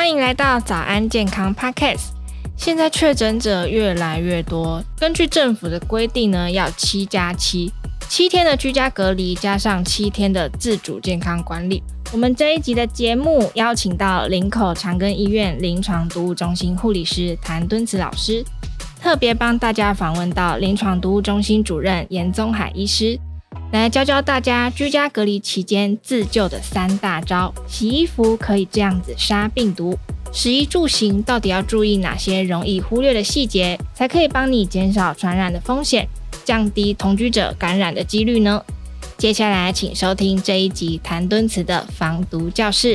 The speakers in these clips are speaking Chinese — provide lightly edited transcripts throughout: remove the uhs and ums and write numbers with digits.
欢迎来到早安健康 Podcast。 现在确诊者越来越多，根据政府的规定呢，要7+7， 7天的居家隔离加上7天的自主健康管理。我们这一集的节目邀请到林口长庚医院临床毒物中心护理师谭敦慈老师，特别帮大家访问到临床毒物中心主任严宗海医师，来教教大家居家隔离期间自救的3大招。洗衣服可以这样子杀病毒，食衣住行到底要注意哪些容易忽略的细节，才可以帮你减少传染的风险，降低同居者感染的几率呢？接下来请收听这一集谭敦慈的防毒教室。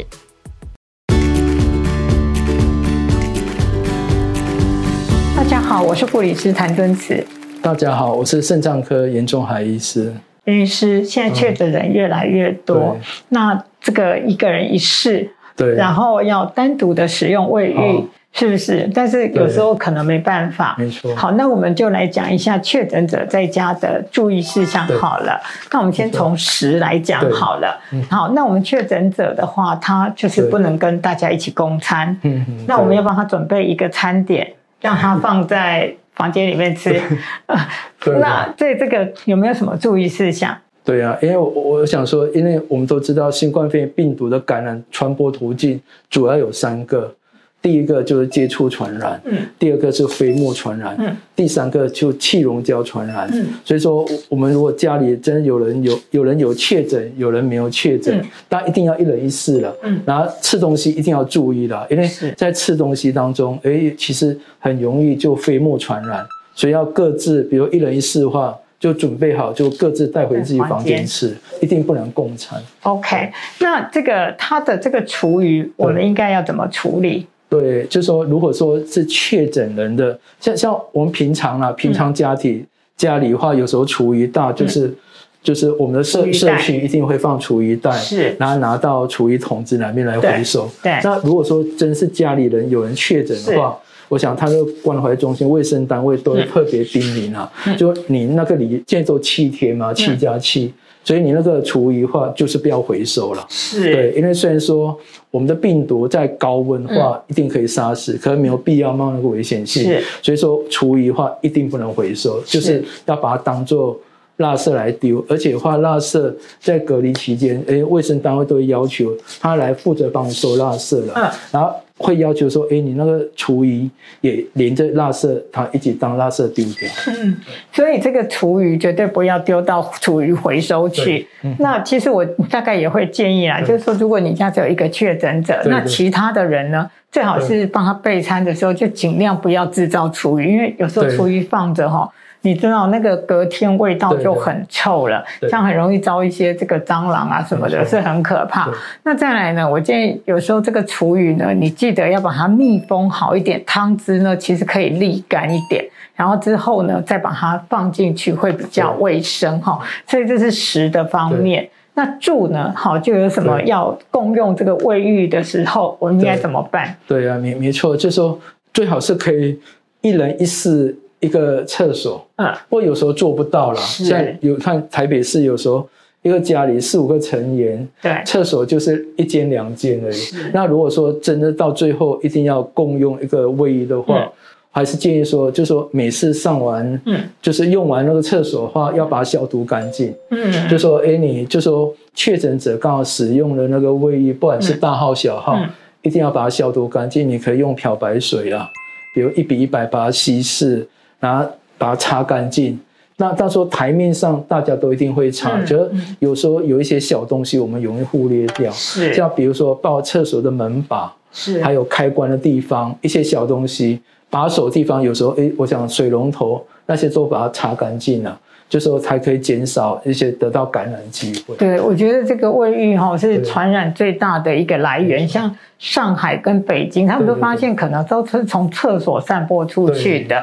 大家好，我是护理师谭敦慈。 大家好，我是肾脏科严宗海医师。 严医师，现在确诊人越来越多，那这个一个人一室， 对， 然后要单独的使用卫浴，是不是？但是有时候可能没办法。 没错。 好，那我们就来讲一下确诊者在家的注意事项好了。那我们先从食来讲好了。好，那我们确诊者的话，他就是不能跟大家一起共餐。那我们要帮他准备一个餐点，让他放在房间里面吃。那对这个有没有什么注意事项？ 对啊，因为我想说，因为我们都知道新冠肺炎病毒的感染传播途径主要有3个。第一个就是接触传染，第二个是飞沫传染，第三个就气溶胶传染。所以说，我们如果家里真有人有确诊，有人没有确诊，大家一定要1人1室了。然后吃东西一定要注意了，因为在吃东西当中，其实很容易就飞沫传染，所以要各自，比如1人1室的话，就准备好，就各自带回自己房间吃，一定不能共餐。OK， 那这个它的这个厨余，我们应该要怎么处理？ 对，就是说，如果说是确诊人的，像我们平常家里的话，有时候厨余大，就是我们的社区一定会放厨余袋，然后拿到厨余桶子那边来回收。对，那如果说真是家里人有人确诊的话，我想他的关怀中心、卫生单位都会特别叮咛啊，就你那个现在都7天嘛，7+7。所以你那个厨余的话，就是不要回收了。对，因为虽然说我们的病毒在高温的话一定可以杀死，可是没有必要冒那个危险性。所以说厨余的话一定不能回收，就是要把它当作垃圾来丢。而且的话，垃圾在隔离期间，卫生单位都会要求他来负责帮你收垃圾了。然后会要求说，你那个厨余也连着垃圾，它一起当垃圾丢掉。 所以这个厨余绝对不要丢到厨余回收去。那其实我大概也会建议啦，就是说，如果你家只有一个确诊者，那其他的人呢，最好是帮他备餐的时候，就尽量不要制造厨余，因为有时候厨余放着你知道那个隔天味道就很臭了，像很容易招一些这个蟑螂啊什么的，是很可怕。那再来呢，我建议有时候这个厨余呢，你记得要把它密封好一点，汤汁呢其实可以沥干一点，然后之后呢再把它放进去会比较卫生所以这是食的方面。那住呢，就有什么要共用这个卫浴的时候，我们应该怎么办？ 对啊，没错，就是说最好是可以1人1室。一个厕所，不过有时候做不到啦。像看台北市有时候一个家里4-5个成员，厕所就是1间2间而已。那如果说真的到最后一定要共用一个卫浴的话，还是建议说，就是说每次上完，就是用完那个厕所的话，要把它消毒干净。就说你就说确诊者刚好使用的那个卫浴，不管是大号小号，一定要把它消毒干净。你可以用漂白水啦，比如1:100把它稀释。然后把它擦干净。那到时候台面上大家都一定会擦，就有时候有一些小东西我们容易忽略掉，像比如说抱厕所的门把，还有开关的地方，一些小东西，把手的地方有时候我想水龙头那些都把它擦干净了，就说才可以减少一些得到感染的机会。 对，我觉得这个卫浴是传染最大的一个来源，像上海跟北京，他们都发现可能都是从厕所散播出去的。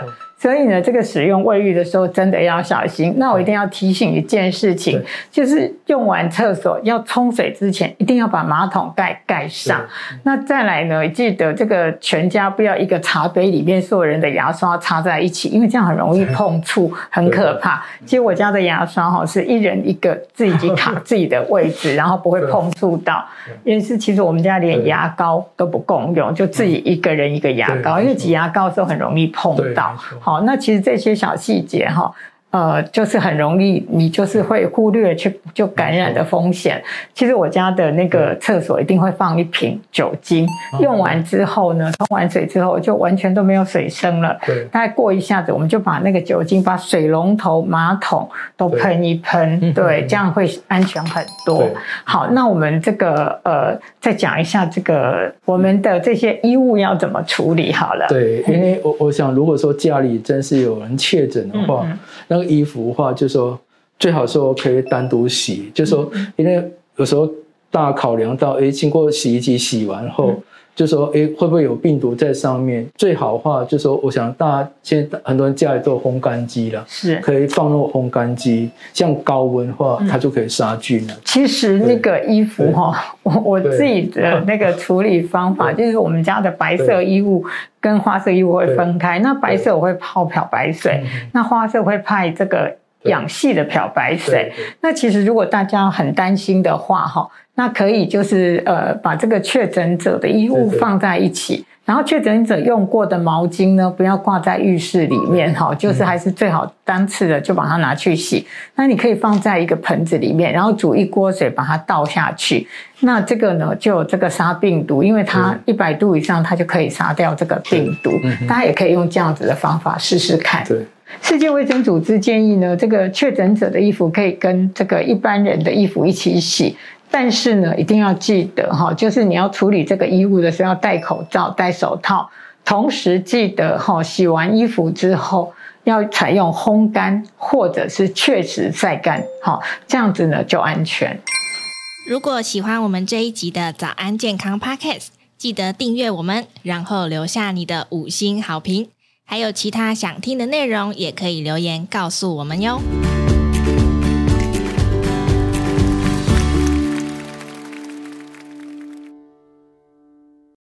所以呢，这个使用卫浴的时候真的要小心。那我一定要提醒一件事情，就是用完厕所要冲水之前，一定要把马桶盖上。那再来呢，记得这个全家不要一个茶杯里面所有人的牙刷插在一起，因为这样很容易碰触，很可怕。其实我家的牙刷是一人一个，自己卡自己的位置，然后不会碰触到。因为是其实我们家连牙膏都不共用，就自己一个人一个牙膏，因为挤牙膏的时候很容易碰到。好，那其实这些小细节就是很容易，你就是会忽略就感染的风险。其实我家的那个厕所一定会放一瓶酒精，用完之后呢，冲完水之后就完全都没有水声了。大概过一下子，我们就把那个酒精把水龙头、马桶都喷一喷，对，这样会安全很多。好，那我们这个再讲一下这个我们的这些衣物要怎么处理好了。 对，因为我想，如果说家里真是有人确诊的话，那个衣服的话，就说最好说可以单独洗，就说因为有时候大家考量到，经过洗衣机洗完后，就说会不会有病毒在上面？最好的话，就说我想大家现在很多人家里都有烘干机了，是可以放入烘干机，像高温的话，它就可以杀菌了。 其实那个衣服我自己的那个处理方法，就是我们家的白色衣物跟花色衣物会分开。那白色我会泡漂白水，那花色会派这个氧系的漂白水。那其实如果大家很担心的话，那可以就是把这个确诊者的衣物放在一起，然后确诊者用过的毛巾呢，不要挂在浴室里面，就是还是最好单次的就把它拿去洗。那你可以放在一个盆子里面，然后煮一锅水把它倒下去。那这个呢，就有这个杀病毒，因为它100度以上，它就可以杀掉这个病毒。大家也可以用这样子的方法试试看。对。世界卫生组织建议呢，这个确诊者的衣服可以跟这个一般人的衣服一起洗。但是呢，一定要记得就是你要处理这个衣物的时候要戴口罩、戴手套，同时记得洗完衣服之后要采用烘干或者是确实晒干，这样子呢就安全。 如果喜欢我们这一集的早安健康 Podcast， 记得订阅我们，然后留下你的5星好评。还有其他想听的内容，也可以留言告诉我们哟。